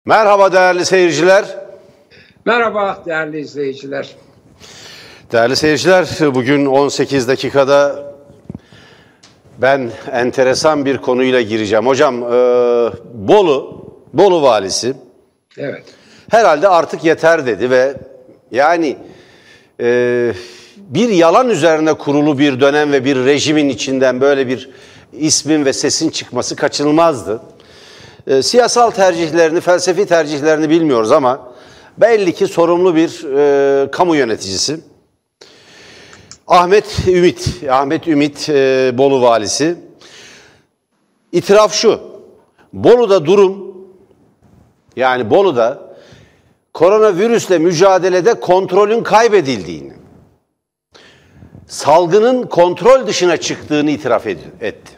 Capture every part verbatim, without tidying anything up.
Merhaba değerli seyirciler. Merhaba değerli izleyiciler. Değerli seyirciler, bugün on sekiz dakikada ben enteresan bir konuyla gireceğim. Hocam, e, Bolu, Bolu valisi Evet. herhalde artık yeter dedi ve yani e, bir yalan üzerine kurulu bir dönem ve bir rejimin içinden böyle bir ismin ve sesin çıkması kaçınılmazdı. E, siyasal tercihlerini, felsefi tercihlerini bilmiyoruz ama belli ki sorumlu bir e, kamu yöneticisi. Ahmet Ümit, Ahmet Ümit e, Bolu valisi. İtiraf şu, Bolu'da durum, yani Bolu'da koronavirüsle mücadelede kontrolün kaybedildiğini, salgının kontrol dışına çıktığını itiraf etti.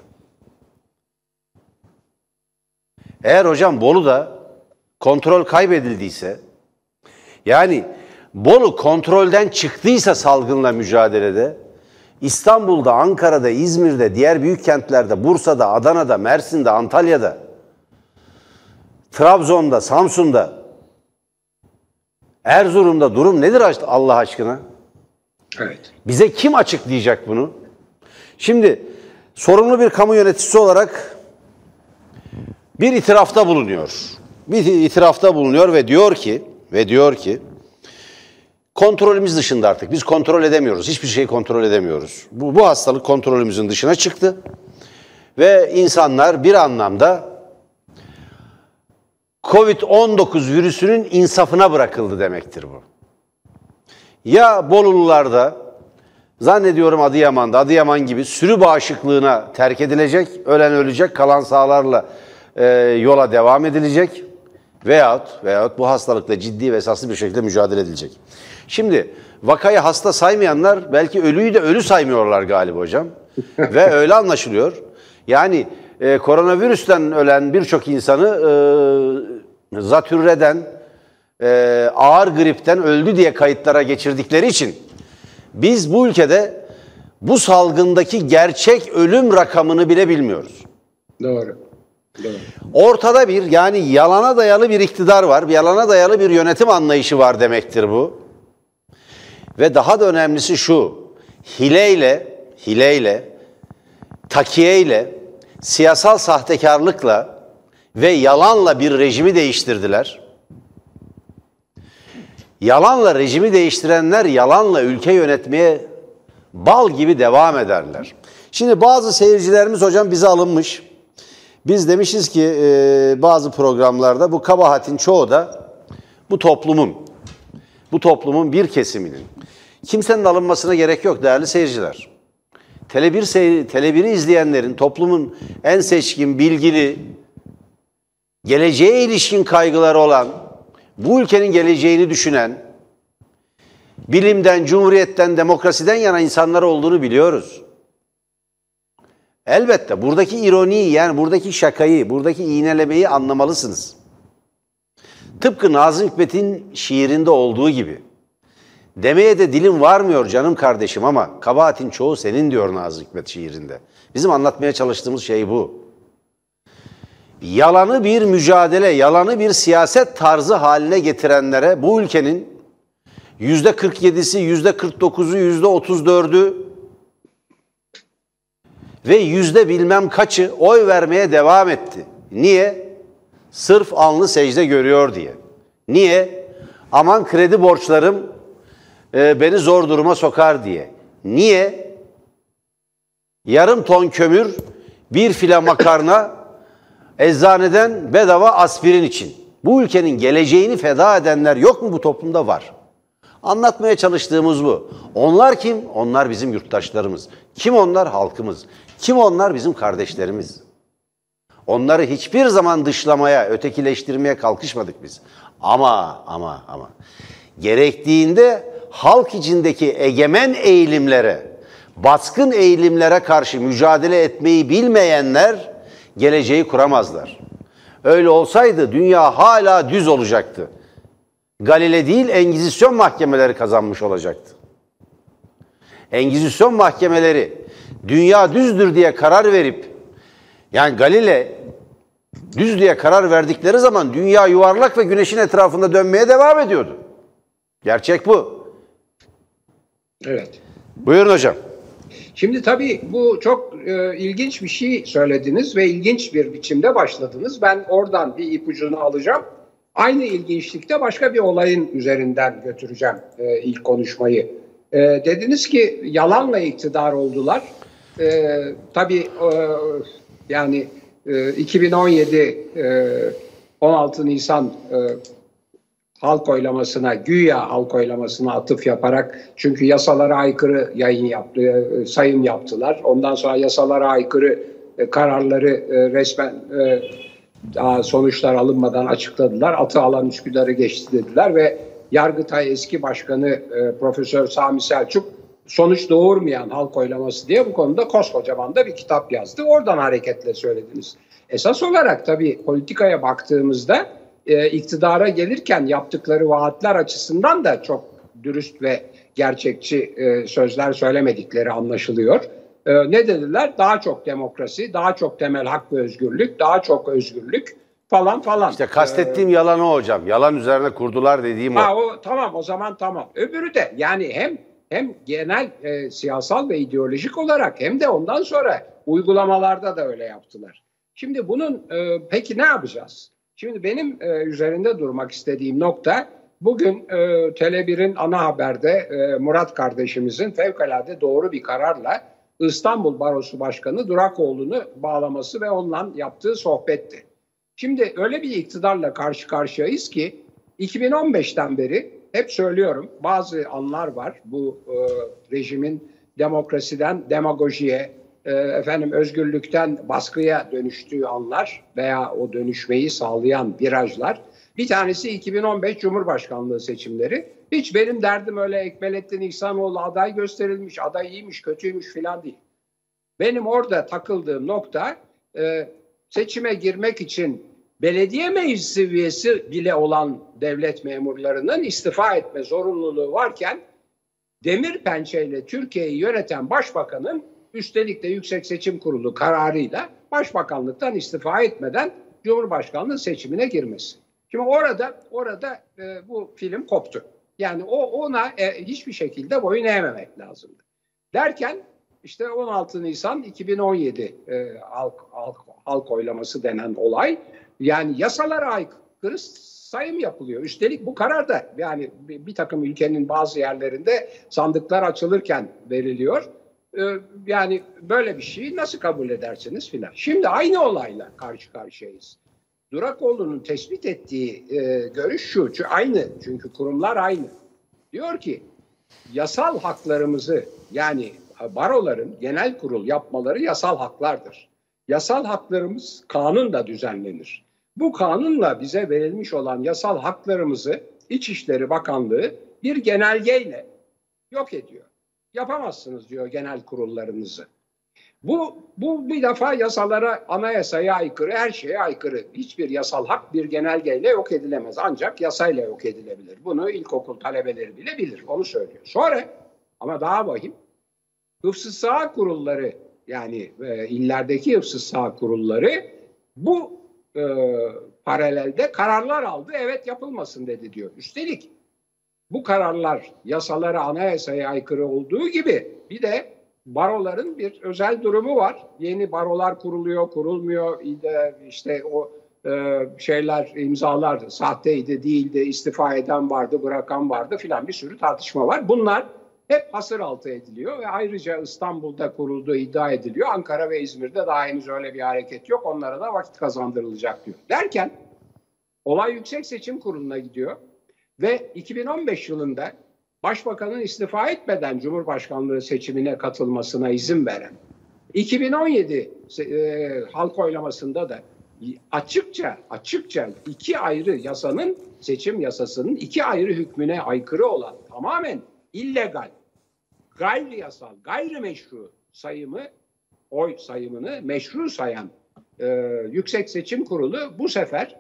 Eğer hocam Bolu'da kontrol kaybedildiyse, yani Bolu kontrolden çıktıysa salgınla mücadelede, İstanbul'da, Ankara'da, İzmir'de, diğer büyük kentlerde, Bursa'da, Adana'da, Mersin'de, Antalya'da, Trabzon'da, Samsun'da, Erzurum'da durum nedir Allah aşkına? Evet. Bize kim açıklayacak bunu? Şimdi sorumlu bir kamu yöneticisi olarak bir itirafta bulunuyor. Bir itirafta bulunuyor ve diyor ki ve diyor ki kontrolümüz dışında artık. Biz kontrol edemiyoruz. Hiçbir şeyi kontrol edemiyoruz. Bu, bu hastalık kontrolümüzün dışına çıktı. Ve insanlar bir anlamda kovid on dokuz virüsünün insafına bırakıldı demektir bu. Ya Bolulularda, zannediyorum Adıyaman'da, Adıyaman gibi sürü bağışıklığına terk edilecek, ölen ölecek, kalan sağlarla e, yola devam edilecek veyahut, veyahut bu hastalıkla ciddi ve esaslı bir şekilde mücadele edilecek. Şimdi vakayı hasta saymayanlar belki ölüyü de ölü saymıyorlar galiba hocam. Ve öyle anlaşılıyor. Yani e, koronavirüsten ölen birçok insanı e, zatürreden, e, ağır gripten öldü diye kayıtlara geçirdikleri için biz bu ülkede bu salgındaki gerçek ölüm rakamını bile bilmiyoruz. Doğru. Doğru. Ortada bir, yani yalana dayalı bir iktidar var, yalana dayalı bir yönetim anlayışı var demektir bu. Ve daha da önemlisi şu, hileyle, hileyle, takiyeyle, siyasal sahtekarlıkla ve yalanla bir rejimi değiştirdiler. Yalanla rejimi değiştirenler yalanla ülke yönetmeye bal gibi devam ederler. Şimdi bazı seyircilerimiz hocam bize alınmış. Biz demişiz ki e, bazı programlarda bu kabahatin çoğu da bu toplumun, bu toplumun bir kesiminin. Kimsenin alınmasına gerek yok değerli seyirciler. Tele bir seyir, Tele bir'i izleyenlerin, toplumun en seçkin, bilgili, geleceğe ilişkin kaygıları olan, bu ülkenin geleceğini düşünen, bilimden, cumhuriyetten, demokrasiden yana insanlar olduğunu biliyoruz. Elbette buradaki ironiyi, yani buradaki şakayı, buradaki iğnelemeyi anlamalısınız. Tıpkı Nazım Hikmet'in şiirinde olduğu gibi. Demeye de dilim varmıyor canım kardeşim ama kabahatin çoğu senin diyor Nazım Hikmet şiirinde. Bizim anlatmaya çalıştığımız şey bu. Yalanı bir mücadele, yalanı bir siyaset tarzı haline getirenlere bu ülkenin yüzde kırk yedisi, yüzde kırk dokuzu, yüzde otuz dördü ve yüzde bilmem kaçı oy vermeye devam etti. Niye? Sırf alnı secde görüyor diye. Niye? Aman kredi borçlarım e, beni zor duruma sokar diye. Niye? Yarım ton kömür, bir file makarna, eczaneden bedava aspirin için. Bu ülkenin geleceğini feda edenler yok mu bu toplumda? Var. Anlatmaya çalıştığımız bu. Onlar kim? Onlar bizim yurttaşlarımız. Kim onlar? Halkımız. Kim onlar? Bizim kardeşlerimiz. Onları hiçbir zaman dışlamaya, ötekileştirmeye kalkışmadık biz. Ama, ama, ama gerektiğinde halk içindeki egemen eğilimlere, baskın eğilimlere karşı mücadele etmeyi bilmeyenler geleceği kuramazlar. Öyle olsaydı dünya hala düz olacaktı. Galile değil, Engizisyon mahkemeleri kazanmış olacaktı. Engizisyon mahkemeleri dünya düzdür diye karar verip, yani Galile düz diye karar verdikleri zaman dünya yuvarlak ve güneşin etrafında dönmeye devam ediyordu. Gerçek bu. Evet. Buyurun hocam. Şimdi tabii bu çok e, ilginç bir şey söylediniz ve ilginç bir biçimde başladınız. Ben oradan bir ipucunu alacağım. Aynı ilginçlikte başka bir olayın üzerinden götüreceğim e, ilk konuşmayı. E, dediniz ki yalanla iktidar oldular. E, tabii e, yani e, iki bin on yedi e, on altı Nisan e, halk oylamasına, güya halk oylamasına atıf yaparak, çünkü yasalara aykırı yayın yaptı, sayım yaptılar. Ondan sonra yasalara aykırı e, kararları e, resmen e, daha sonuçlar alınmadan açıkladılar. Atı alan Üsküdar'ı geçti dediler ve Yargıtay eski başkanı e, Profesör Sami Selçuk sonuç doğurmayan halk oylaması diye bu konuda koskocaman da bir kitap yazdı. Oradan hareketle söylediniz. Esas olarak tabii politikaya baktığımızda e, iktidara gelirken yaptıkları vaatler açısından da çok dürüst ve gerçekçi e, sözler söylemedikleri anlaşılıyor. E, ne dediler? Daha çok demokrasi, daha çok temel hak ve özgürlük, daha çok özgürlük falan falan. İşte kastettiğim ee, yalan o hocam. Yalan üzerine kurdular dediğim ha, o. o. Tamam o zaman tamam. Öbürü de yani hem hem genel e, siyasal ve ideolojik olarak hem de ondan sonra uygulamalarda da öyle yaptılar. Şimdi bunun e, peki ne yapacağız? Şimdi benim e, üzerinde durmak istediğim nokta, bugün e, Tele bir'in ana haberde e, Murat kardeşimizin fevkalade doğru bir kararla İstanbul Barosu Başkanı Durakoğlu'nu bağlaması ve onunla yaptığı sohbetti. Şimdi öyle bir iktidarla karşı karşıyayız ki iki bin on beşten beri hep söylüyorum, bazı anlar var bu e, rejimin demokrasiden demagojiye, e, efendim özgürlükten baskıya dönüştüğü anlar veya o dönüşmeyi sağlayan virajlar. Bir tanesi iki bin on beş Cumhurbaşkanlığı seçimleri. Hiç benim derdim öyle Ekmelettin İhsanoğlu aday gösterilmiş, aday iyiymiş, kötüymüş filan değil. Benim orada takıldığım nokta e, seçime girmek için belediye meclisi üyesi bile olan devlet memurlarının istifa etme zorunluluğu varken demir pençeyle Türkiye'yi yöneten başbakanın üstelik de Yüksek Seçim Kurulu kararıyla başbakanlıktan istifa etmeden Cumhurbaşkanlığı seçimine girmesi. Şimdi orada orada e, bu film koptu. Yani o ona e, hiçbir şekilde boyun eğmemek lazımdı. Derken işte on altı Nisan iki bin on yedi e, halk, halk, halk oylaması denen olay, yani yasalara aykırı sayım yapılıyor. Üstelik bu karar da yani bir, bir takım ülkenin bazı yerlerinde sandıklar açılırken veriliyor. Ee, yani böyle bir şeyi nasıl kabul edersiniz filan. Şimdi aynı olayla karşı karşıyayız. Durakoğlu'nun tespit ettiği e, görüş şu, çünkü aynı, çünkü kurumlar aynı. Diyor ki yasal haklarımızı, yani baroların genel kurul yapmaları yasal haklardır. Yasal haklarımız kanunla düzenlenir. Bu kanunla bize verilmiş olan yasal haklarımızı İçişleri Bakanlığı bir genelgeyle yok ediyor. Yapamazsınız diyor genel kurullarınızı. Bu, bu bir defa yasalara, anayasaya aykırı, her şeye aykırı. Hiçbir yasal hak bir genelgeyle yok edilemez. Ancak yasayla yok edilebilir. Bunu ilkokul talebeleri bile bilir. Onu söylüyor. Sonra ama daha vahim, hıfzı saha kurulları, yani e, illerdeki hıfzı saha kurulları bu e, paralelde kararlar aldı. Evet, yapılmasın dedi diyor. Üstelik bu kararlar yasalara, anayasaya aykırı olduğu gibi bir de baroların bir özel durumu var. Yeni barolar kuruluyor, kurulmuyor. İşte o e, şeyler, imzalar sahteydi, değildi, istifa eden vardı, bırakan vardı filan, bir sürü tartışma var. Bunlar hep hasır altı ediliyor ve ayrıca İstanbul'da kurulduğu iddia ediliyor. Ankara ve İzmir'de daha henüz öyle bir hareket yok. Onlara da vakit kazandırılacak diyor. Derken olay Yüksek Seçim Kurulu'na gidiyor ve iki bin on beş yılında Başbakanın istifa etmeden Cumhurbaşkanlığı seçimine katılmasına izin veren, iki bin on yedi e, halk oylamasında da açıkça açıkça iki ayrı yasanın, seçim yasasının iki ayrı hükmüne aykırı olan, tamamen illegal, gayri yasal, gayri meşru sayımı, oy sayımını meşru sayan e, Yüksek Seçim Kurulu bu sefer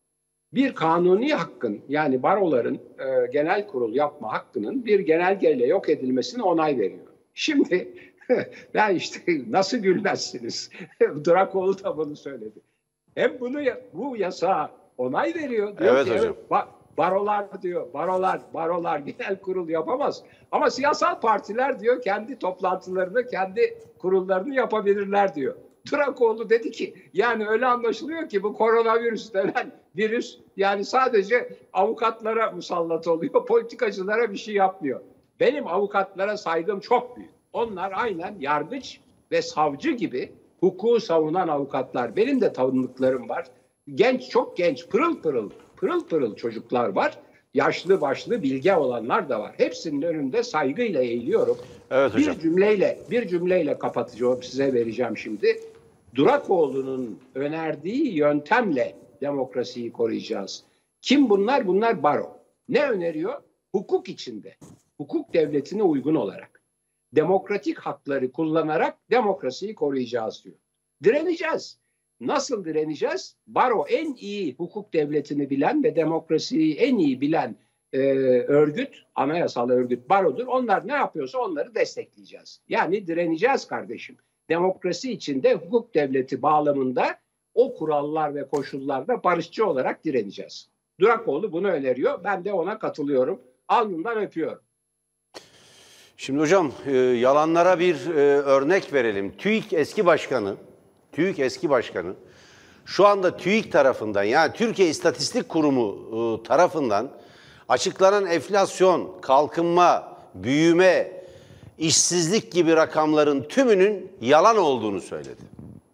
bir kanuni hakkın, yani baroların e, genel kurul yapma hakkının bir genelgeyle yok edilmesine onay veriyor. Şimdi ben işte nasıl gülmezsiniz? Durakoğlu da bunu söyledi. hem bunu bu yasağa onay veriyor. Diyor Evet ki, hocam. Ba barolar diyor, barolar, barolar genel kurul yapamaz. Ama siyasal partiler diyor kendi toplantılarını, kendi kurullarını yapabilirler diyor. Durakoğlu dedi ki yani öyle anlaşılıyor ki bu koronavirüs denen virüs yani sadece avukatlara musallat oluyor, politikacılara bir şey yapmıyor. Benim avukatlara saygım çok büyük. Onlar aynen yargıç ve savcı gibi hukuku savunan avukatlar. Benim de tanıdıklarım var. Genç, çok genç, pırıl pırıl, pırıl pırıl çocuklar var. Yaşlı başlı bilge olanlar da var. Hepsinin önünde saygıyla eğiliyorum. Evet hocam. Bir cümleyle, bir cümleyle kapatacağım, size vereceğim şimdi. Durakoğlu'nun önerdiği yöntemle demokrasiyi koruyacağız. Kim bunlar? Bunlar baro. Ne öneriyor? Hukuk içinde, hukuk devletine uygun olarak, demokratik hakları kullanarak demokrasiyi koruyacağız diyor. Direneceğiz. Nasıl direneceğiz? Baro en iyi hukuk devletini bilen ve demokrasiyi en iyi bilen e, örgüt, anayasal örgüt barodur. Onlar ne yapıyorsa onları destekleyeceğiz. Yani direneceğiz kardeşim. Demokrasi içinde hukuk devleti bağlamında o kurallar ve koşullarda barışçı olarak direneceğiz. Durakoğlu bunu öneriyor. Ben de ona katılıyorum. Alnından öpüyorum. Şimdi hocam e, yalanlara bir e, örnek verelim. TÜİK eski başkanı, TÜİK eski başkanı şu anda TÜİK tarafından yani Türkiye İstatistik Kurumu e, tarafından açıklanan enflasyon, kalkınma, büyüme, işsizlik gibi rakamların tümünün yalan olduğunu söyledi.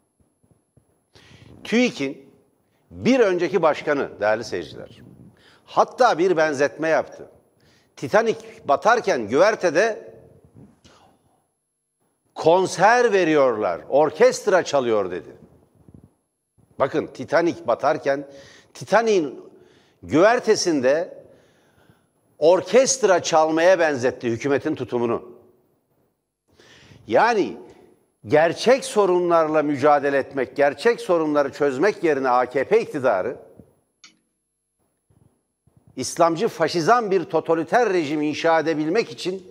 TÜİK'in bir önceki başkanı değerli seyirciler, hatta bir benzetme yaptı. Titanic batarken güvertede konser veriyorlar, orkestra çalıyor dedi. Bakın Titanic batarken Titanic'in güvertesinde orkestra çalmaya benzetti hükümetin tutumunu. Yani gerçek sorunlarla mücadele etmek, gerçek sorunları çözmek yerine A K P iktidarı İslamcı faşizan bir totaliter rejim inşa edebilmek için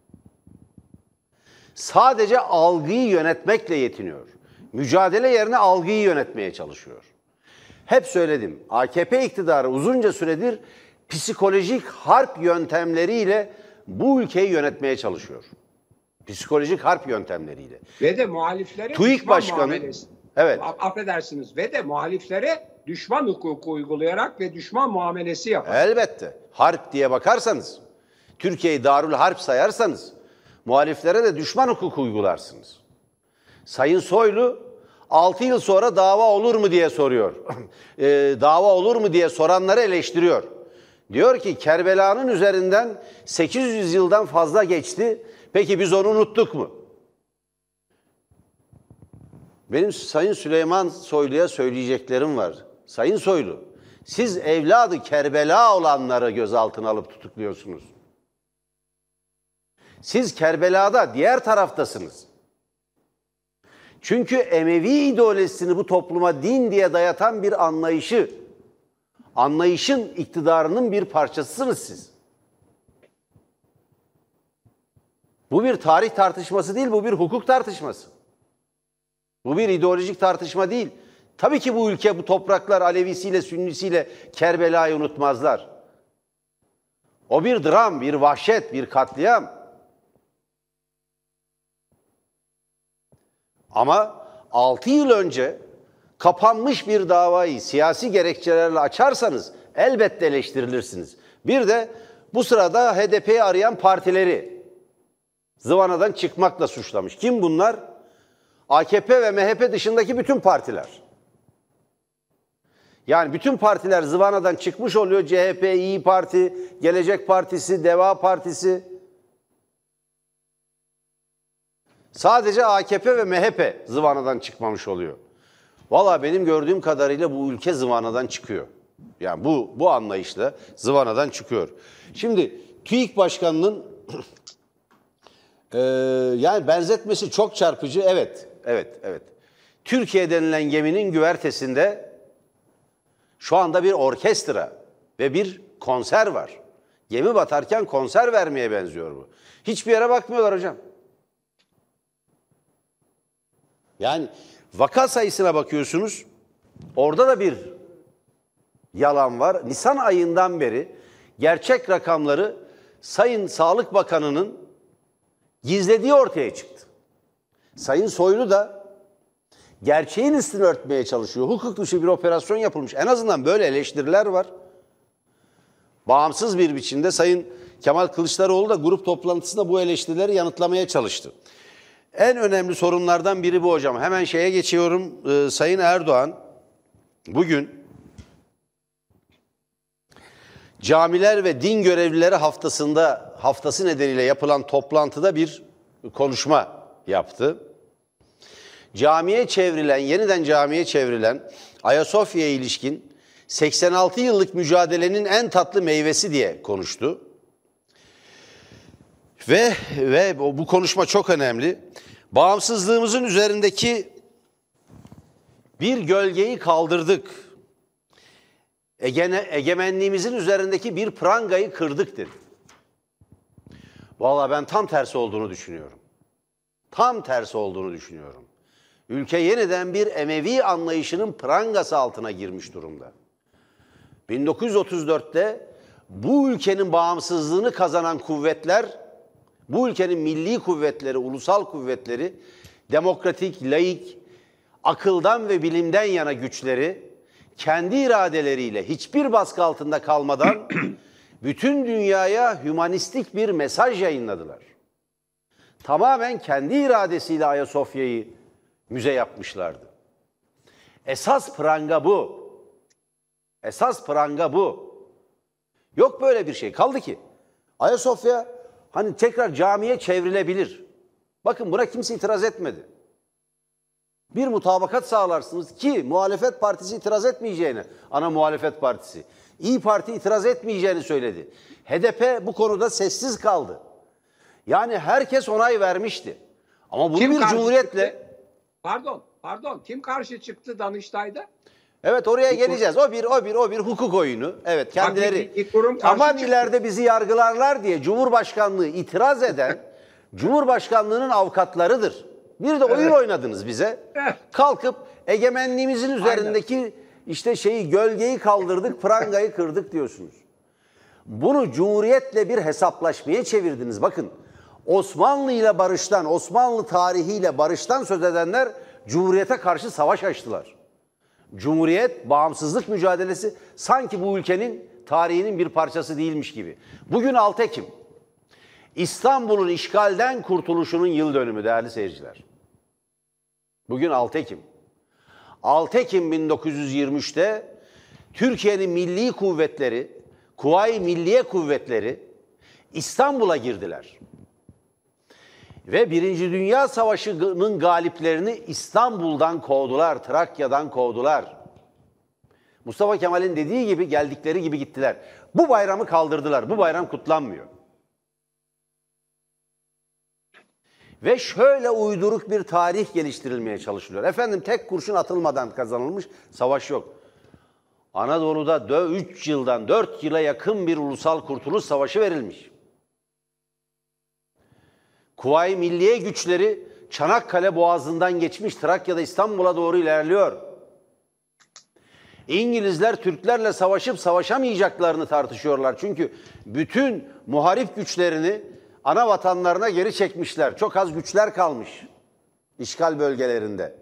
sadece algıyı yönetmekle yetiniyor. Mücadele yerine algıyı yönetmeye çalışıyor. Hep söyledim, A K P iktidarı uzunca süredir psikolojik harp yöntemleriyle bu ülkeyi yönetmeye çalışıyor. Psikolojik harp yöntemleriyle. Ve de muhaliflere TÜİK düşman Başkanı, muamelesi. evet. Affedersiniz. Ve de muhaliflere düşman hukuku uygulayarak ve düşman muamelesi yapar. Elbette. Harp diye bakarsanız, Türkiye'yi darül harp sayarsanız, muhaliflere de düşman hukuku uygularsınız. Sayın Soylu altı yıl sonra dava olur mu diye soruyor. e, dava olur mu diye soranları eleştiriyor. Diyor ki Kerbela'nın üzerinden sekiz yüz yıldan fazla geçti. Peki biz onu unuttuk mu? Benim Sayın Süleyman Soylu'ya söyleyeceklerim var. Sayın Soylu, siz evladı Kerbela olanları gözaltına alıp tutukluyorsunuz. Siz Kerbela'da diğer taraftasınız. Çünkü Emevi ideolojisini bu topluma din diye dayatan bir anlayışı, anlayışın iktidarının bir parçasısınız siz. Bu bir tarih tartışması değil, bu bir hukuk tartışması. Bu bir ideolojik tartışma değil. Tabii ki bu ülke, bu topraklar Alevisiyle, Sünnisiyle Kerbela'yı unutmazlar. O bir dram, bir vahşet, bir katliam. Ama altı yıl önce kapanmış bir davayı siyasi gerekçelerle açarsanız elbette eleştirilirsiniz. Bir de bu sırada H D P'yi arayan partileri zıvanadan çıkmakla suçlamış. Kim bunlar? A K P ve M H P dışındaki bütün partiler. Yani bütün partiler zıvanadan çıkmış oluyor. C H P, İYİ Parti, Gelecek Partisi, Deva Partisi. Sadece A K P ve M H P zıvanadan çıkmamış oluyor. Valla benim gördüğüm kadarıyla bu ülke zıvanadan çıkıyor. Yani bu bu anlayışla zıvanadan çıkıyor. Şimdi TÜİK Başkanı'nın e, yani benzetmesi çok çarpıcı. Evet, evet, evet. Türkiye denilen geminin güvertesinde şu anda bir orkestra ve bir konser var. Gemi batarken konser vermeye benziyor bu. Hiçbir yere bakmıyorlar hocam. Yani vaka sayısına bakıyorsunuz, Orada da bir yalan var. Nisan ayından beri gerçek rakamları Sayın Sağlık Bakanı'nın gizlediği ortaya çıktı. Sayın Soylu da gerçeğin üstünü örtmeye çalışıyor. Hukuk dışı bir operasyon yapılmış. En azından böyle eleştiriler var. Bağımsız bir biçimde Sayın Kemal Kılıçdaroğlu da grup toplantısında bu eleştirileri yanıtlamaya çalıştı. En önemli sorunlardan biri bu hocam. Hemen şeye geçiyorum. Ee, Sayın Erdoğan bugün camiler ve din görevlileri haftasında haftası nedeniyle yapılan toplantıda bir konuşma yaptı. Camiye çevrilen, yeniden camiye çevrilen Ayasofya'ya ilişkin seksen altı yıllık mücadelenin en tatlı meyvesi diye konuştu. Ve ve bu konuşma çok önemli. Bağımsızlığımızın üzerindeki bir gölgeyi kaldırdık. Egene, egemenliğimizin üzerindeki bir prangayı kırdık dedi. Vallahi ben tam tersi olduğunu düşünüyorum. Tam tersi olduğunu düşünüyorum. Ülke yeniden bir Emevi anlayışının prangası altına girmiş durumda. bin dokuz yüz otuz dörtte bu ülkenin bağımsızlığını kazanan kuvvetler, bu ülkenin milli kuvvetleri, ulusal kuvvetleri, demokratik, laik, akıldan ve bilimden yana güçleri, kendi iradeleriyle hiçbir baskı altında kalmadan bütün dünyaya hümanistik bir mesaj yayınladılar. Tamamen kendi iradesiyle Ayasofya'yı müze yapmışlardı. Esas pranga bu. Esas pranga bu. Yok böyle bir şey. Kaldı ki Ayasofya hani tekrar camiye çevrilebilir. Bakın buna kimse itiraz etmedi. Bir mutabakat sağlarsınız ki muhalefet partisi itiraz etmeyeceğini, ana muhalefet partisi, İYİ Parti itiraz etmeyeceğini söyledi. H D P bu konuda sessiz kaldı. Yani herkes onay vermişti. Ama bunu Kim bir cumhuriyetle... çıktı? Pardon, pardon. Kim karşı çıktı Danıştay'da? Evet oraya geleceğiz. O bir, o bir, o bir hukuk oyunu. Evet kendileri bir, bir aman çıktı. ileride bizi yargılarlar diye Cumhurbaşkanlığı itiraz eden Cumhurbaşkanlığının avukatlarıdır. Bir de oyun evet. oynadınız bize. Kalkıp egemenliğimizin üzerindeki Aynen. işte şeyi gölgeyi kaldırdık, prangayı kırdık diyorsunuz. Bunu Cumhuriyet'le bir hesaplaşmaya çevirdiniz. Bakın Osmanlı ile barıştan, Osmanlı tarihiyle barıştan söz edenler Cumhuriyet'e karşı savaş açtılar. Cumhuriyet, bağımsızlık mücadelesi sanki bu ülkenin tarihinin bir parçası değilmiş gibi. Bugün altı Ekim. İstanbul'un işgalden kurtuluşunun yıl dönümü değerli seyirciler. Bugün altı Ekim. altı Ekim bin dokuz yüz yirmi üçte Türkiye'nin milli kuvvetleri, Kuvayi Milliye Kuvvetleri İstanbul'a girdiler. Ve Birinci Dünya Savaşı'nın galiplerini İstanbul'dan kovdular, Trakya'dan kovdular. Mustafa Kemal'in dediği gibi geldikleri gibi gittiler. Bu bayramı kaldırdılar. Bu bayram kutlanmıyor. Ve şöyle uyduruk bir tarih geliştirilmeye çalışılıyor. Efendim tek kurşun atılmadan kazanılmış savaş yok. Anadolu'da üç yıldan dört yıla yakın bir ulusal kurtuluş savaşı verilmiş. Kuvayi Milliye güçleri Çanakkale Boğazı'ndan geçmiş Trakya'da İstanbul'a doğru ilerliyor. İngilizler Türklerle savaşıp savaşamayacaklarını tartışıyorlar. Çünkü bütün muharip güçlerini ana vatanlarına geri çekmişler. Çok az güçler kalmış işgal bölgelerinde.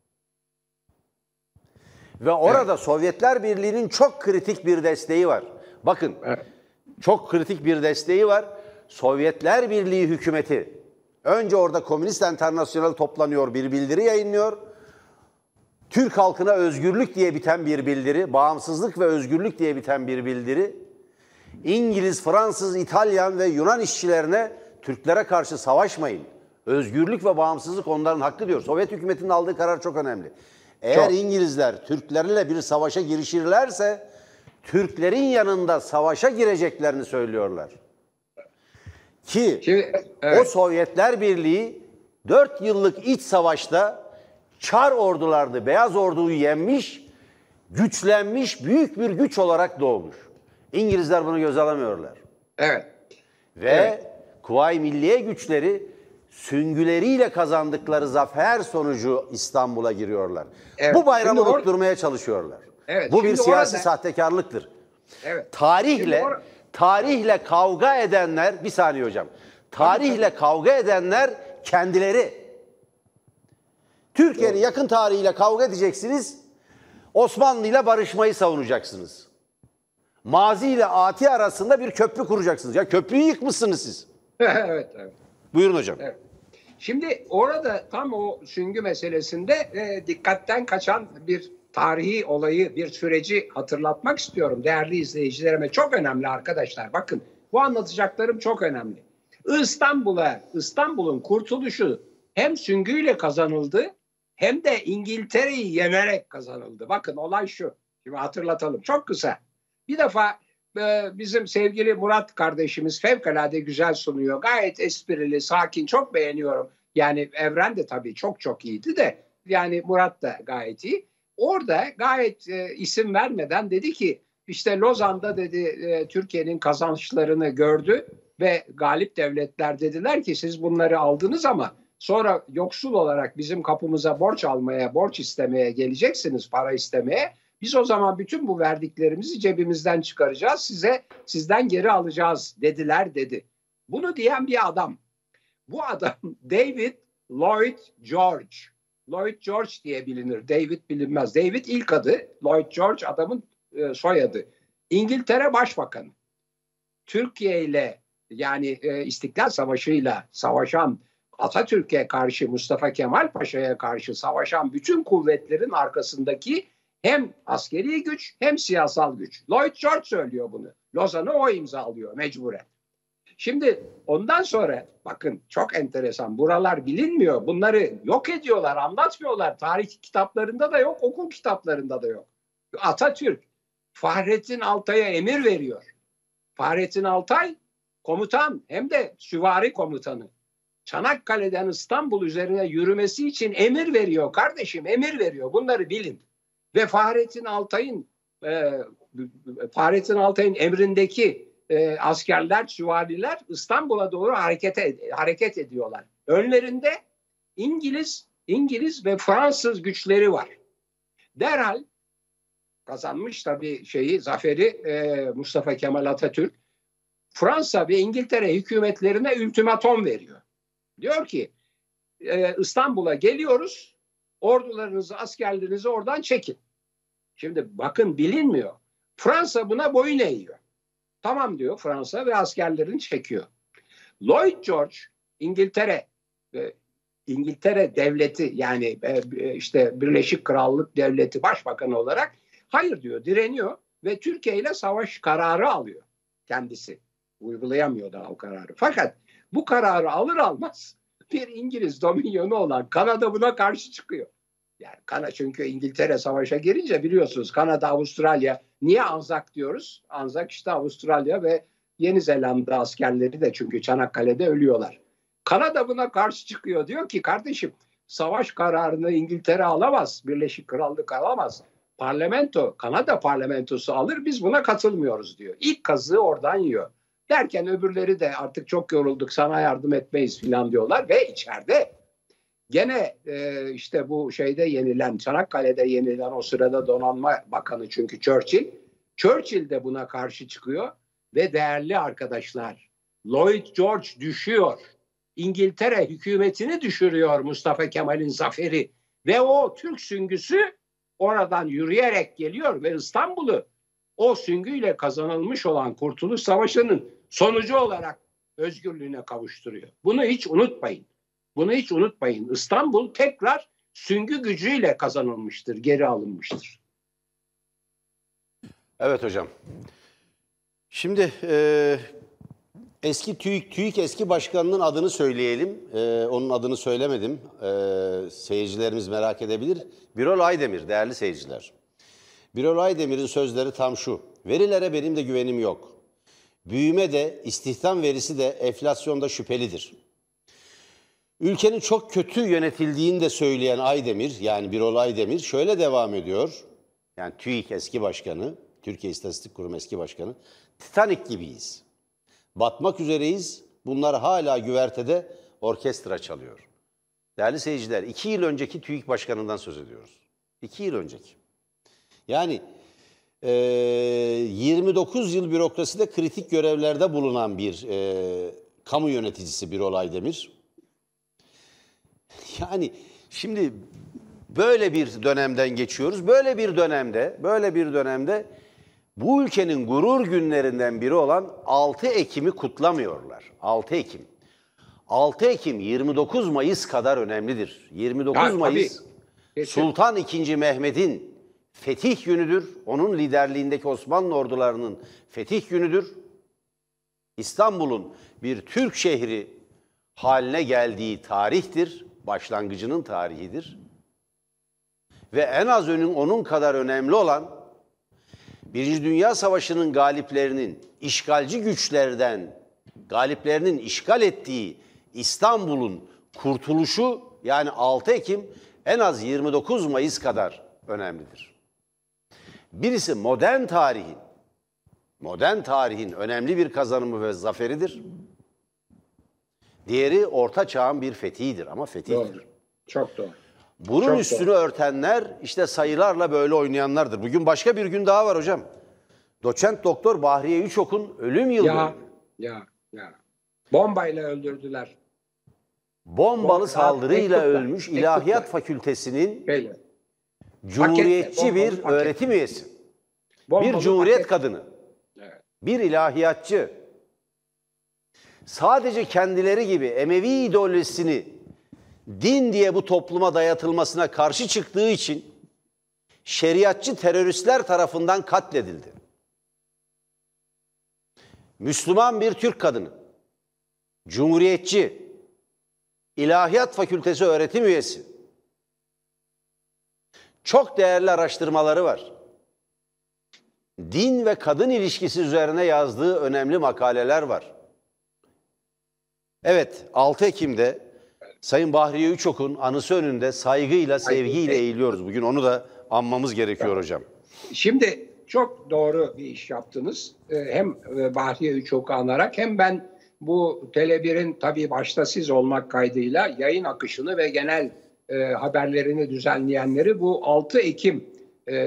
Ve orada evet. Sovyetler Birliği'nin çok kritik bir desteği var. Bakın evet. çok kritik bir desteği var. Sovyetler Birliği hükümeti önce orada Komünist Enternasyonel toplanıyor, bir bildiri yayınlıyor. Türk halkına özgürlük diye biten bir bildiri, bağımsızlık ve özgürlük diye biten bir bildiri. İngiliz, Fransız, İtalyan ve Yunan işçilerine Türklere karşı savaşmayın. Özgürlük ve bağımsızlık onların hakkı diyor. Sovyet hükümetinin aldığı karar çok önemli. Eğer çok. İngilizler Türklerle bir savaşa girişirlerse Türklerin yanında savaşa gireceklerini söylüyorlar. Ki Şimdi, evet. o Sovyetler Birliği dört yıllık iç savaşta Çar ordulardı. Beyaz orduyu yenmiş, güçlenmiş, büyük bir güç olarak doğmuş. İngilizler bunu göze alamıyorlar. Evet. Ve evet. Kuvayi Milliye güçleri süngüleriyle kazandıkları zafer sonucu İstanbul'a giriyorlar. Evet, Bu bayramı şimdi or- unutturmaya çalışıyorlar. Evet, Bu bir şimdi siyasi orada- sahtekarlıktır. Evet. Tarihle Şimdi or- tarihle kavga edenler, bir saniye hocam. Tarihle kavga edenler kendileri. Türkiye'nin yakın tarihiyle kavga edeceksiniz. Osmanlı ile barışmayı savunacaksınız. Mazi ile ati arasında bir köprü kuracaksınız. Ya köprüyü yıkmışsınız siz. evet, evet. Buyurun hocam. Evet. Şimdi orada tam o süngü meselesinde e, dikkatten kaçan bir tarihi olayı, bir süreci hatırlatmak istiyorum değerli izleyicilerime. Çok önemli arkadaşlar. Bakın bu anlatacaklarım çok önemli. İstanbul'a, İstanbul'un kurtuluşu hem süngüyle kazanıldı hem de İngiltere'yi yenerek kazanıldı. Bakın olay şu. Şimdi hatırlatalım. Çok kısa. Bir defa e, bizim sevgili Murat kardeşimiz fevkalade güzel sunuyor. Gayet esprili, sakin. Çok beğeniyorum. Yani Evren de tabii çok çok iyiydi de yani Murat da gayet iyi. Orada gayet e, isim vermeden dedi ki işte Lozan'da dedi e, Türkiye'nin kazançlarını gördü ve galip devletler dediler ki siz bunları aldınız ama sonra yoksul olarak bizim kapımıza borç almaya, borç istemeye geleceksiniz, para istemeye. Biz o zaman bütün bu verdiklerimizi cebimizden çıkaracağız, size sizden geri alacağız dediler dedi. Bunu diyen bir adam. Bu adam David Lloyd George. Lloyd George diye bilinir. David bilinmez. David ilk adı, Lloyd George adamın e, soyadı. İngiltere Başbakanı. Türkiye ile yani e, İstiklal Savaşı'yla savaşan, Atatürk'e karşı, Mustafa Kemal Paşa'ya karşı savaşan bütün kuvvetlerin arkasındaki hem askeri güç hem siyasal güç. Lloyd George söylüyor bunu. Lozan'ı o imzalıyor mecburen. Şimdi ondan sonra bakın çok enteresan, buralar bilinmiyor. Bunları yok ediyorlar, anlatmıyorlar. Tarih kitaplarında da yok, okul kitaplarında da yok. Atatürk Fahrettin Altay'a emir veriyor. Fahrettin Altay komutan hem de süvari komutanı. Çanakkale'den İstanbul üzerine yürümesi için emir veriyor kardeşim, emir veriyor. Bunları bilin. Ve Fahrettin Altay'ın e, Fahrettin Altay'ın emrindeki e, askerler, süvariler İstanbul'a doğru hareket ed- hareket ediyorlar. Önlerinde İngiliz, İngiliz ve Fransız güçleri var. Derhal kazanmış tabii şeyi, zaferi e, Mustafa Kemal Atatürk. Fransa ve İngiltere hükümetlerine ultimatom veriyor. Diyor ki e, İstanbul'a geliyoruz, ordularınızı, askerlerinizi oradan çekin. Şimdi bakın bilinmiyor. Fransa buna boyun eğiyor. Tamam diyor Fransa ve askerlerini çekiyor. Lloyd George İngiltere e, İngiltere devleti yani e, işte Birleşik Krallık Devleti Başbakanı olarak hayır diyor, direniyor ve Türkiye ile savaş kararı alıyor kendisi. Uygulayamıyor daha o kararı. Fakat bu kararı alır almaz bir İngiliz dominyonu olan Kanada buna karşı çıkıyor. Yani Kanada, çünkü İngiltere savaşa girince biliyorsunuz Kanada, Avustralya, niye Anzak diyoruz? Anzak işte Avustralya ve Yeni Zelanda askerleri de çünkü Çanakkale'de ölüyorlar. Kanada buna karşı çıkıyor. Diyor ki kardeşim savaş kararını İngiltere alamaz, Birleşik Krallık alamaz. Parlamento, Kanada parlamentosu alır, biz buna katılmıyoruz diyor. İlk kazığı oradan yiyor. Derken öbürleri de artık çok yorulduk, sana yardım etmeyiz falan diyorlar ve içeride gene e, işte bu şeyde yenilen, Çanakkale'de yenilen o sırada donanma bakanı çünkü Churchill, Churchill de buna karşı çıkıyor ve değerli arkadaşlar Lloyd George düşüyor. İngiltere hükümetini düşürüyor Mustafa Kemal'in zaferi ve o Türk süngüsü oradan yürüyerek geliyor ve İstanbul'u o süngüyle kazanılmış olan Kurtuluş Savaşı'nın sonucu olarak özgürlüğüne kavuşturuyor. Bunu hiç unutmayın. Bunu hiç unutmayın. İstanbul tekrar süngü gücüyle kazanılmıştır, geri alınmıştır. Evet hocam. Şimdi e, eski TÜİK, TÜİK eski başkanının adını söyleyelim. E, onun adını söylemedim. E, seyircilerimiz merak edebilir. Birol Aydemir, değerli seyirciler. Birol Aydemir'in sözleri tam şu. Verilere benim de güvenim yok. Büyüme de, istihdam verisi de enflasyonda şüphelidir. Ülkenin çok kötü yönetildiğini de söyleyen Aydemir, yani Birol Aydemir şöyle devam ediyor. Yani TÜİK eski başkanı, Türkiye İstatistik Kurumu eski başkanı. Titanik gibiyiz. Batmak üzereyiz. Bunlar hala güvertede. orkestra çalıyor. Değerli seyirciler, iki yıl önceki TÜİK Başkanı'ndan söz ediyoruz. İki yıl önceki. Yani e, yirmi dokuz yıl bürokraside kritik görevlerde bulunan bir e, kamu yöneticisi Birol Aydemir. Yani şimdi böyle bir dönemden geçiyoruz. Böyle bir dönemde, böyle bir dönemde bu ülkenin gurur günlerinden biri olan altı Ekim'i kutlamıyorlar. altı Ekim. altı Ekim yirmi dokuz Mayıs kadar önemlidir. yirmi dokuz Ya, Mayıs tabii. Sultan ikinci. Mehmet'in fetih günüdür. Onun liderliğindeki Osmanlı ordularının fetih günüdür. İstanbul'un bir Türk şehri haline geldiği tarihtir. Başlangıcının tarihidir. Ve en az önün onun kadar önemli olan Birinci Dünya Savaşı'nın galiplerinin işgalci güçlerden galiplerinin işgal ettiği İstanbul'un kurtuluşu yani altı Ekim en az yirmi dokuz Mayıs kadar önemlidir. Birisi modern tarihin, modern tarihin önemli bir kazanımı ve zaferidir. Diğeri Orta Çağ'ın bir fethidir ama fetihtir. Doğru. Çok doğru. Bunun Çok üstünü doğru. örtenler işte sayılarla böyle oynayanlardır. Bugün başka bir gün daha var hocam. Doçent Doktor Bahriye Üçok'un ölüm yıl Ya, dönümü. ya, ya. Bombayla öldürdüler. Bombalı Bomba- saldırıyla mektupla, ölmüş mektupla. İlahiyat Fakültesi'nin Böyle. cumhuriyetçi Paketle, bir bombalı paket. öğretim üyesi. Bombalı Bir cumhuriyet paket. kadını. Evet. Bir ilahiyatçı. Sadece kendileri gibi Emevi ideolojisini din diye bu topluma dayatılmasına karşı çıktığı için şeriatçı teröristler tarafından katledildi. Müslüman bir Türk kadını, cumhuriyetçi, İlahiyat Fakültesi öğretim üyesi. Çok değerli araştırmaları var. Din ve kadın ilişkisi üzerine yazdığı önemli makaleler var. Evet, altı Ekim'de Sayın Bahriye Üçok'un anısı önünde saygıyla, sevgiyle eğiliyoruz. Bugün onu da anmamız gerekiyor hocam. Şimdi çok doğru bir iş yaptınız. Ee, Hem e, Bahriye Üçok'u anarak hem ben bu Tele bir'in tabii başta siz olmak kaydıyla yayın akışını ve genel e, haberlerini düzenleyenleri bu altı Ekim e,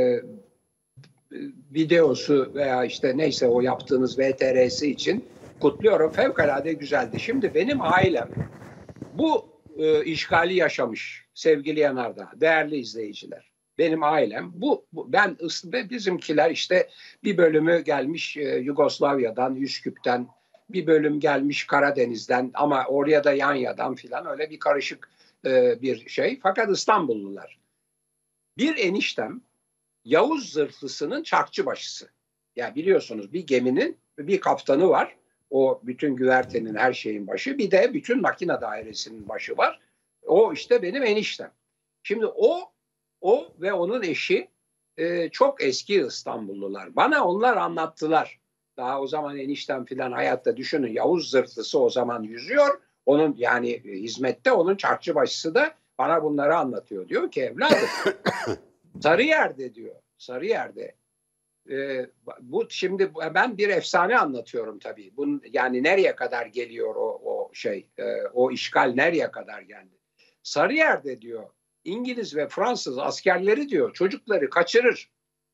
videosu veya işte neyse o yaptığınız V T R'si için kutluyorum. Fevkalade güzeldi. Şimdi benim ailem bu e, işgali yaşamış sevgili Yanardağ, değerli izleyiciler. Benim ailem bu, bu ben ve bizimkiler işte bir bölümü gelmiş e, Yugoslavya'dan, Üsküp'ten, bir bölüm gelmiş Karadeniz'den ama oraya da Yanya'dan filan öyle bir karışık e, bir şey. Fakat İstanbullular. Bir eniştem Yavuz Zırhlısı'nın çarkçıbaşısı. Ya biliyorsunuz bir geminin bir kaptanı var. O bütün güvertenin her şeyin başı. Bir de bütün makine dairesinin başı var. O işte benim eniştem. Şimdi o o ve onun eşi e, çok eski İstanbullular. Bana onlar anlattılar. Daha o zaman eniştem filan hayatta düşünün. Yavuz Zırhlısı o zaman yüzüyor. Onun yani e, hizmette onun çarkçıbaşısı da bana bunları anlatıyor. Diyor ki evladım Sarıyer'de diyor. Sarıyer'de. Ee, bu şimdi ben bir efsane anlatıyorum tabii. Bunun, yani nereye kadar geliyor o, o şey, e, o işgal nereye kadar geldi? Sarıyer'de diyor İngiliz ve Fransız askerleri diyor çocukları kaçırır.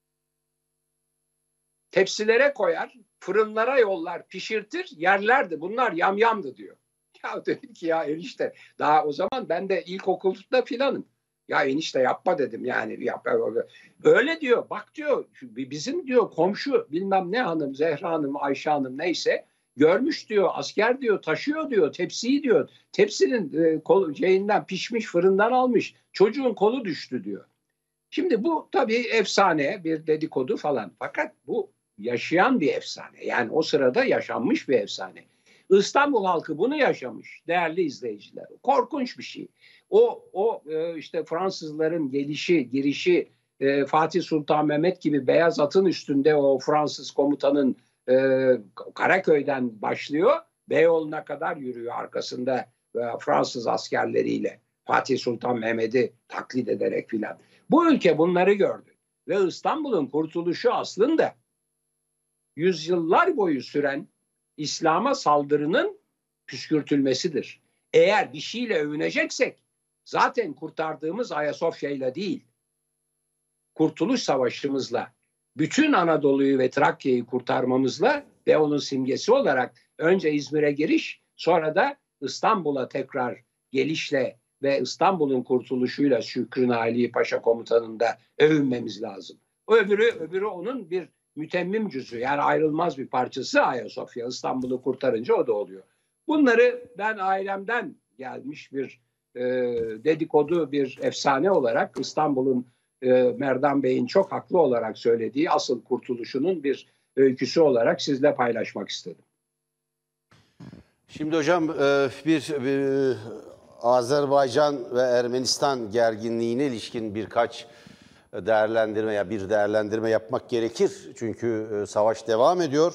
Tepsilere koyar, fırınlara yollar, pişirtir, yerlerdi. Bunlar yamyamdı diyor. Ya dedim ki ya enişte daha o zaman ben de ilkokulda filanım. Ya enişte yapma dedim yani. Yap, öyle diyor bak diyor bizim diyor komşu bilmem ne hanım Zehra Hanım Ayşe Hanım neyse görmüş diyor asker diyor taşıyor diyor tepsiyi diyor. Tepsinin e, kolu, şeyinden pişmiş fırından almış çocuğun kolu düştü diyor. Şimdi bu tabii efsane bir dedikodu falan fakat bu yaşayan bir efsane yani o sırada yaşanmış bir efsane. İstanbul halkı bunu yaşamış değerli izleyiciler. Korkunç bir şey. O o işte Fransızların gelişi, girişi Fatih Sultan Mehmet gibi beyaz atın üstünde o Fransız komutanın Karaköy'den başlıyor. Beyoğlu'na kadar yürüyor arkasında Fransız askerleriyle. Fatih Sultan Mehmet'i taklit ederek filan. Bu ülke bunları gördü. Ve İstanbul'un kurtuluşu aslında yüzyıllar boyu süren İslam'a saldırının püskürtülmesidir. eğer bir şeyle övüneceksek zaten kurtardığımız Ayasofya ile değil, Kurtuluş Savaşımızla, bütün Anadolu'yu ve Trakya'yı kurtarmamızla ve onun simgesi olarak önce İzmir'e giriş, sonra da İstanbul'a tekrar gelişle ve İstanbul'un kurtuluşuyla Şükrü Naili Paşa komutanında övünmemiz lazım. O öbürü, öbürü onun bir mütemmim cüzü, yani ayrılmaz bir parçası Ayasofya. İstanbul'u kurtarınca o da oluyor. Bunları ben ailemden gelmiş bir e, dedikodu, bir efsane olarak İstanbul'un e, Merdan Bey'in çok haklı olarak söylediği asıl kurtuluşunun bir öyküsü olarak sizle paylaşmak istedim. Şimdi hocam bir, bir Azerbaycan ve Ermenistan gerginliğine ilişkin birkaç değerlendirme ya bir değerlendirme yapmak gerekir. Çünkü savaş devam ediyor.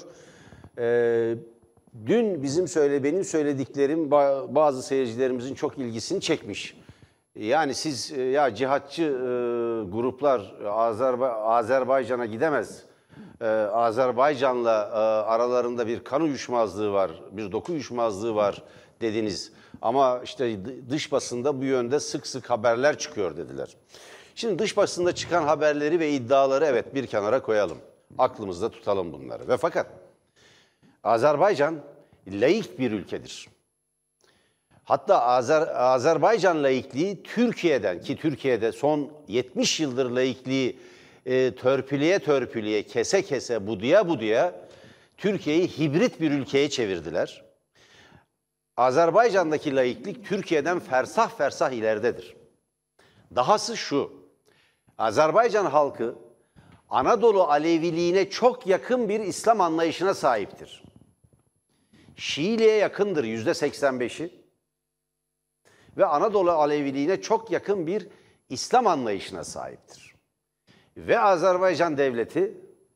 Dün bizim söyle benim söylediklerim bazı seyircilerimizin çok ilgisini çekmiş. Yani siz ya cihatçı gruplar Azerba Azerbaycan'a gidemez. Ee, Azerbaycan'la e, aralarında bir kan uyuşmazlığı var, bir doku uyuşmazlığı var dediniz. Ama işte dış basında bu yönde sık sık haberler çıkıyor dediler. Şimdi dış basında çıkan haberleri ve iddiaları evet bir kenara koyalım. Aklımızda tutalım bunları. Ve fakat Azerbaycan laik bir ülkedir. Hatta Azer, Azerbaycan laikliği Türkiye'den, ki Türkiye'de son yetmiş yıldır laikliği E, törpüleye törpüleye, kese kese, buduya buduya Türkiye'yi hibrit bir ülkeye çevirdiler. Azerbaycan'daki laiklik Türkiye'den fersah fersah ileridedir. Dahası şu, Azerbaycan halkı Anadolu Aleviliğine çok yakın bir İslam anlayışına sahiptir. Şiiliğe yakındır yüzde seksen beşi ve Anadolu Aleviliğine çok yakın bir İslam anlayışına sahiptir. Ve Azerbaycan devleti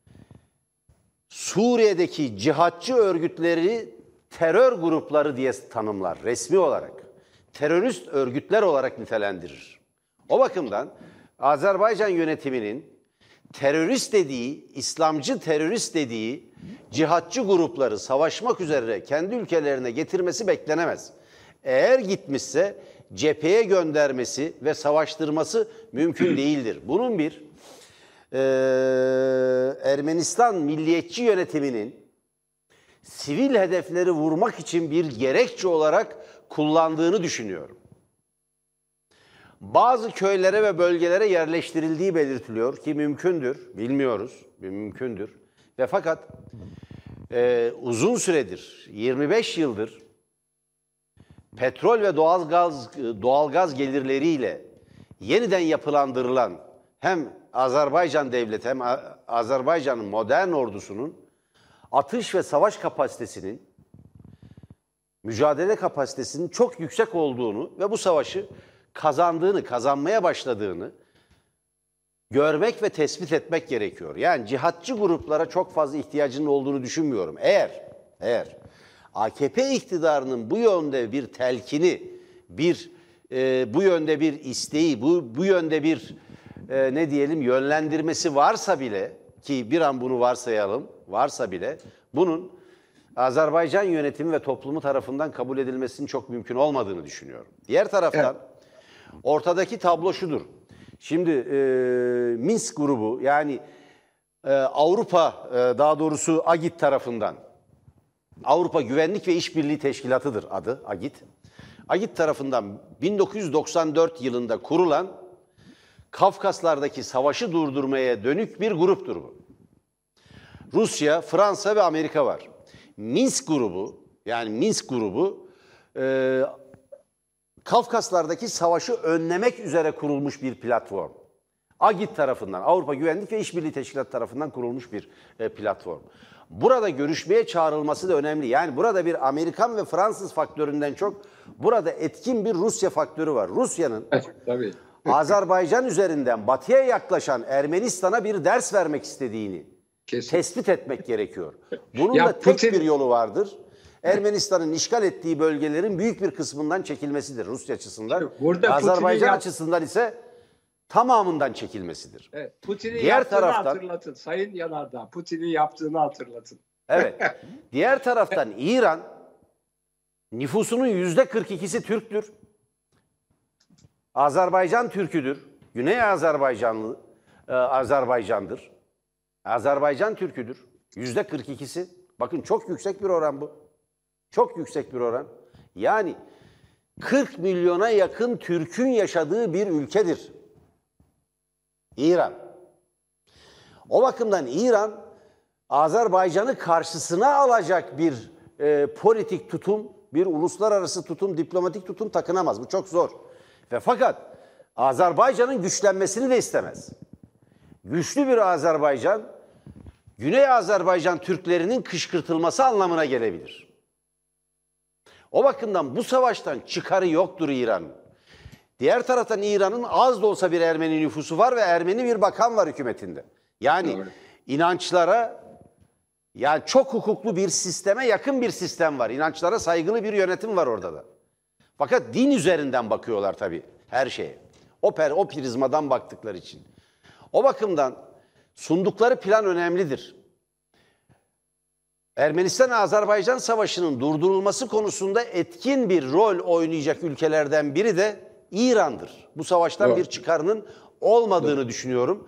Suriye'deki cihatçı örgütleri terör grupları diye tanımlar resmi olarak. Terörist örgütler olarak nitelendirir. O bakımdan Azerbaycan yönetiminin terörist dediği, İslamcı terörist dediği cihatçı grupları savaşmak üzere kendi ülkelerine getirmesi beklenemez. Eğer gitmişse cepheye göndermesi ve savaştırması mümkün değildir. Bunun bir Ee, Ermenistan milliyetçi yönetiminin sivil hedefleri vurmak için bir gerekçe olarak kullandığını düşünüyorum. Bazı köylere ve bölgelere yerleştirildiği belirtiliyor ki mümkündür, bilmiyoruz, mümkündür. Ve fakat e, uzun süredir, yirmi beş yıldır petrol ve doğalgaz doğalgaz gelirleriyle yeniden yapılandırılan hem Azerbaycan devleti hem Azerbaycan'ın modern ordusunun atış ve savaş kapasitesinin, mücadele kapasitesinin çok yüksek olduğunu ve bu savaşı kazandığını, kazanmaya başladığını görmek ve tespit etmek gerekiyor. Yani cihatçı gruplara çok fazla ihtiyacının olduğunu düşünmüyorum. Eğer, eğer A K P iktidarının bu yönde bir telkini, bir e, bu yönde bir isteği, bu bu yönde bir e, ne diyelim yönlendirmesi varsa bile, ki bir an bunu varsayalım, varsa bile bunun Azerbaycan yönetimi ve toplumu tarafından kabul edilmesinin çok mümkün olmadığını düşünüyorum. Diğer taraftan evet, ortadaki tablo şudur. Şimdi e, Minsk grubu, yani e, Avrupa, e, daha doğrusu AGİT tarafından, Avrupa Güvenlik ve İşbirliği Teşkilatı'dır adı AGİT. AGİT tarafından bin dokuz yüz doksan dört yılında kurulan Kafkaslardaki savaşı durdurmaya dönük bir gruptur bu. Rusya, Fransa ve Amerika var. Minsk grubu, yani Minsk grubu e, Kafkaslardaki savaşı önlemek üzere kurulmuş bir platform. AGİT tarafından, Avrupa Güvenlik ve İşbirliği Teşkilatı tarafından kurulmuş bir e, platform. Burada görüşmeye çağrılması da önemli. Yani burada bir Amerikan ve Fransız faktöründen çok burada etkin bir Rusya faktörü var. Rusya'nın tabii. Azerbaycan üzerinden batıya yaklaşan Ermenistan'a bir ders vermek istediğini Kesin. tespit etmek gerekiyor. Bunun ya da Putin... tek bir yolu vardır. Ermenistan'ın işgal ettiği bölgelerin büyük bir kısmından çekilmesidir Rusya açısından. Burada Azerbaycan yap... açısından ise tamamından çekilmesidir. Evet, Putin'in yaptığını taraftan, hatırlatın. Sayın Yanardağ, Putin'in yaptığını hatırlatın. Evet. Diğer taraftan İran Nüfusunun yüzde kırk ikisi Türktür. Azerbaycan Türküdür. Güney Azerbaycanlı e, Azerbaycan'dır. Azerbaycan Türküdür. Yüzde kırk ikisi. Bakın çok yüksek bir oran bu. Çok yüksek bir oran. Yani kırk milyona yakın Türk'ün yaşadığı bir ülkedir İran. O bakımdan İran, Azerbaycan'ı karşısına alacak bir e, politik tutum, bir uluslararası tutum, diplomatik tutum takınamaz. Bu çok zor. Ve fakat Azerbaycan'ın güçlenmesini de istemez. Güçlü bir Azerbaycan, Güney Azerbaycan Türklerinin kışkırtılması anlamına gelebilir. O bakımdan bu savaştan çıkarı yoktur İran'ın. Diğer taraftan İran'ın az da olsa bir Ermeni nüfusu var ve Ermeni bir bakan var hükümetinde. Yani Doğru. inançlara, yani çok hukuklu bir sisteme yakın bir sistem var. İnançlara saygılı bir yönetim var orada da. Fakat din üzerinden bakıyorlar tabii her şeye. O, per, o prizmadan baktıkları için. O bakımdan sundukları plan önemlidir. Ermenistan-Azerbaycan Savaşı'nın durdurulması konusunda etkin bir rol oynayacak ülkelerden biri de İran'dır. Bu savaştan Doğru. bir çıkarının olmadığını Doğru. düşünüyorum.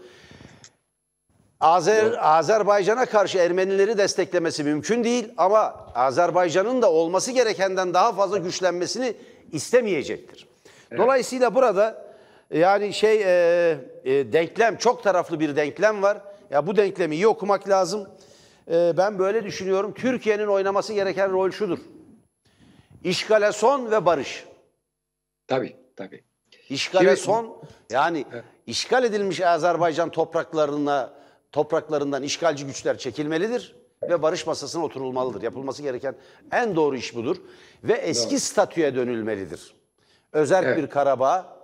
Azer, Azerbaycan'a karşı Ermenileri desteklemesi mümkün değil ama Azerbaycan'ın da olması gerekenden daha fazla güçlenmesini istemeyecektir. Evet. Dolayısıyla burada yani şey e, e, denklem, çok taraflı bir denklem var. Ya bu denklemi iyi okumak lazım. E, ben böyle düşünüyorum. Türkiye'nin oynaması gereken rol şudur: İşgale son ve barış. Tabii, tabii. İşgale Şimdi, son, yani evet. işgal edilmiş Azerbaycan topraklarına topraklarından işgalci güçler çekilmelidir ve barış masasına oturulmalıdır. Yapılması gereken en doğru iş budur ve eski doğru. statüye dönülmelidir. Özel evet. bir Karabağ,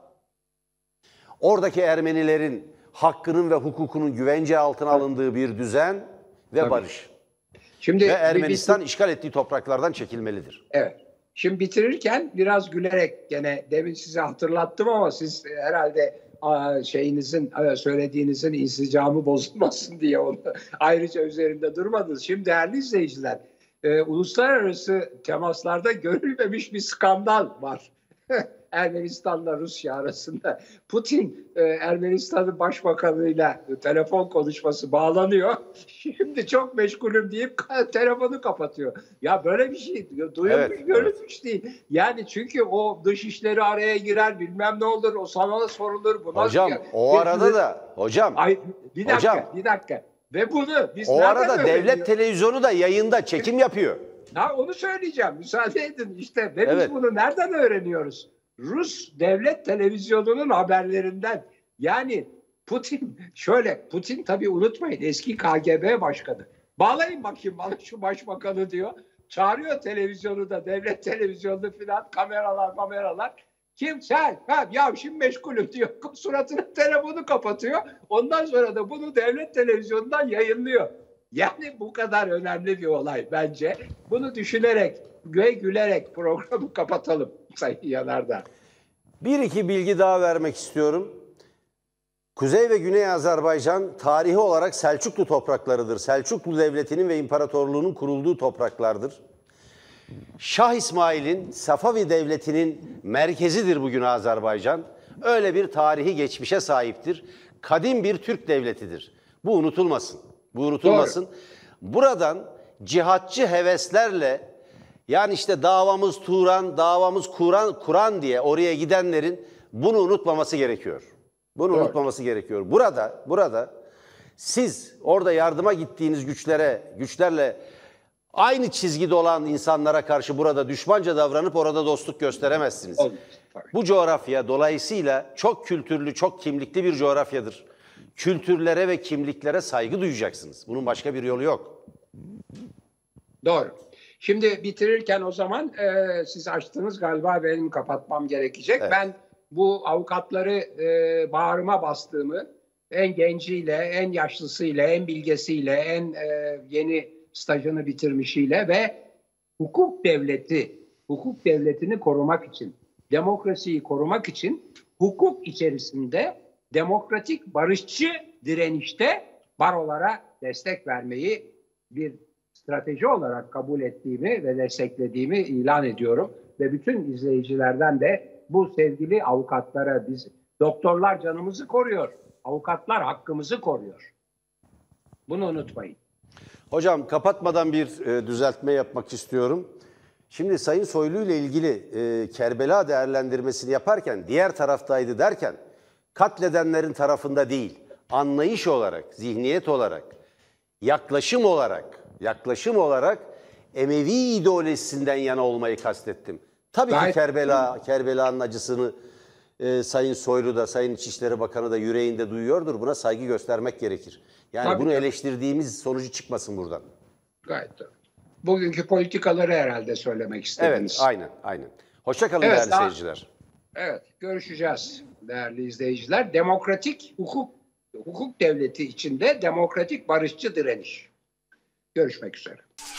oradaki Ermenilerin hakkının ve hukukunun güvence altına alındığı bir düzen ve Tabii. barış. Şimdi ve Ermenistan bir, bir, işgal ettiği topraklardan çekilmelidir. Evet. Şimdi bitirirken biraz gülerek, gene demin size hatırlattım ama siz herhalde şeyinizin, söylediğinizin insicamı bozulmasın diye onu ayrıca üzerinde durmadınız. Şimdi değerli izleyiciler, e, uluslararası temaslarda görülmemiş bir skandal var. Ermenistan'la Rusya arasında. Putin e, Ermenistan'ın başbakanıyla telefon konuşması bağlanıyor. Şimdi çok meşgulüm deyip telefonu kapatıyor. Ya böyle bir şey duyulmuş, evet, görülmüş evet. değil. Yani çünkü o dış işleri araya girer, bilmem ne olur, o sana sorulur. Buna hocam ya, o bir, arada da hocam. Ay, bir dakika, hocam, bir dakika. Ve bunu biz o arada devlet televizyonu da yayında çekim yapıyor. Ha, onu söyleyeceğim. Müsaade edin. İşte ve evet. biz bunu nereden öğreniyoruz? Rus devlet televizyonunun haberlerinden. Yani Putin şöyle, Putin tabii unutmayın eski K G B başkanı. Bağlayın bakayım bana şu başbakanı diyor. Çağırıyor televizyonu da, devlet televizyonunu filan, kameralar kameralar. Kim sen? Ha, ya şimdi meşgulüm diyor. Suratına telefonu kapatıyor. Ondan sonra da bunu devlet televizyonundan yayınlıyor. Yani bu kadar önemli bir olay bence. Bunu düşünerek ve gülerek programı kapatalım Sayın Yanardağ. Bir iki bilgi daha vermek istiyorum. Kuzey ve Güney Azerbaycan tarihi olarak Selçuklu topraklarıdır. Selçuklu Devleti'nin ve imparatorluğunun kurulduğu topraklardır. Şah İsmail'in Safavi Devleti'nin merkezidir bugün Azerbaycan. Öyle bir tarihi geçmişe sahiptir. Kadim bir Türk devletidir. Bu unutulmasın. Bu unutulmasın. Doğru. Buradan cihatçı heveslerle, yani işte davamız Turan, davamız Kur'an, Kur'an diye oraya gidenlerin bunu unutmaması gerekiyor. Bunu Doğru. unutmaması gerekiyor. Burada, burada siz orada yardıma gittiğiniz güçlere, güçlerle aynı çizgide olan insanlara karşı burada düşmanca davranıp orada dostluk gösteremezsiniz. Olur. Bu coğrafya dolayısıyla çok kültürlü, çok kimlikli bir coğrafyadır. Kültürlere ve kimliklere saygı duyacaksınız. Bunun başka bir yolu yok. Doğru. Şimdi bitirirken o zaman e, siz açtınız galiba, benim kapatmam gerekecek. Evet. Ben bu avukatları e, bağrıma bastığımı, en genciyle, en yaşlısıyla, en bilgesiyle, en e, yeni stajını bitirmişiyle ve hukuk devleti, hukuk devletini korumak için, demokrasiyi korumak için hukuk içerisinde demokratik barışçı direnişte barolara destek vermeyi bir strateji olarak kabul ettiğimi ve desteklediğimi ilan ediyorum. Ve bütün izleyicilerden de bu sevgili avukatlara, biz doktorlar canımızı koruyor, avukatlar hakkımızı koruyor. Bunu unutmayın. Hocam kapatmadan bir e, düzeltme yapmak istiyorum. Şimdi Sayın Soylu ile ilgili e, Kerbela değerlendirmesini yaparken diğer taraftaydı derken katledenlerin tarafında değil, anlayış olarak, zihniyet olarak, yaklaşım olarak, yaklaşım olarak Emevi ideolojisinden yana olmayı kastettim. Tabii Gayet... ki Kerbela, Kerbela'nın acısını e, Sayın Soylu da, Sayın İçişleri Bakanı da yüreğinde duyuyordur. Buna saygı göstermek gerekir. Yani Tabii bunu ki. eleştirdiğimiz sonucu çıkmasın buradan. Gayet tabii. Bugünkü politikaları herhalde söylemek istediniz. Evet, aynen, aynen. Hoşça kalın Evet, değerli daha, seyirciler. Evet, görüşeceğiz değerli izleyiciler. Demokratik hukuk, hukuk devleti içinde demokratik barışçı direniş. Görüşmek üzere.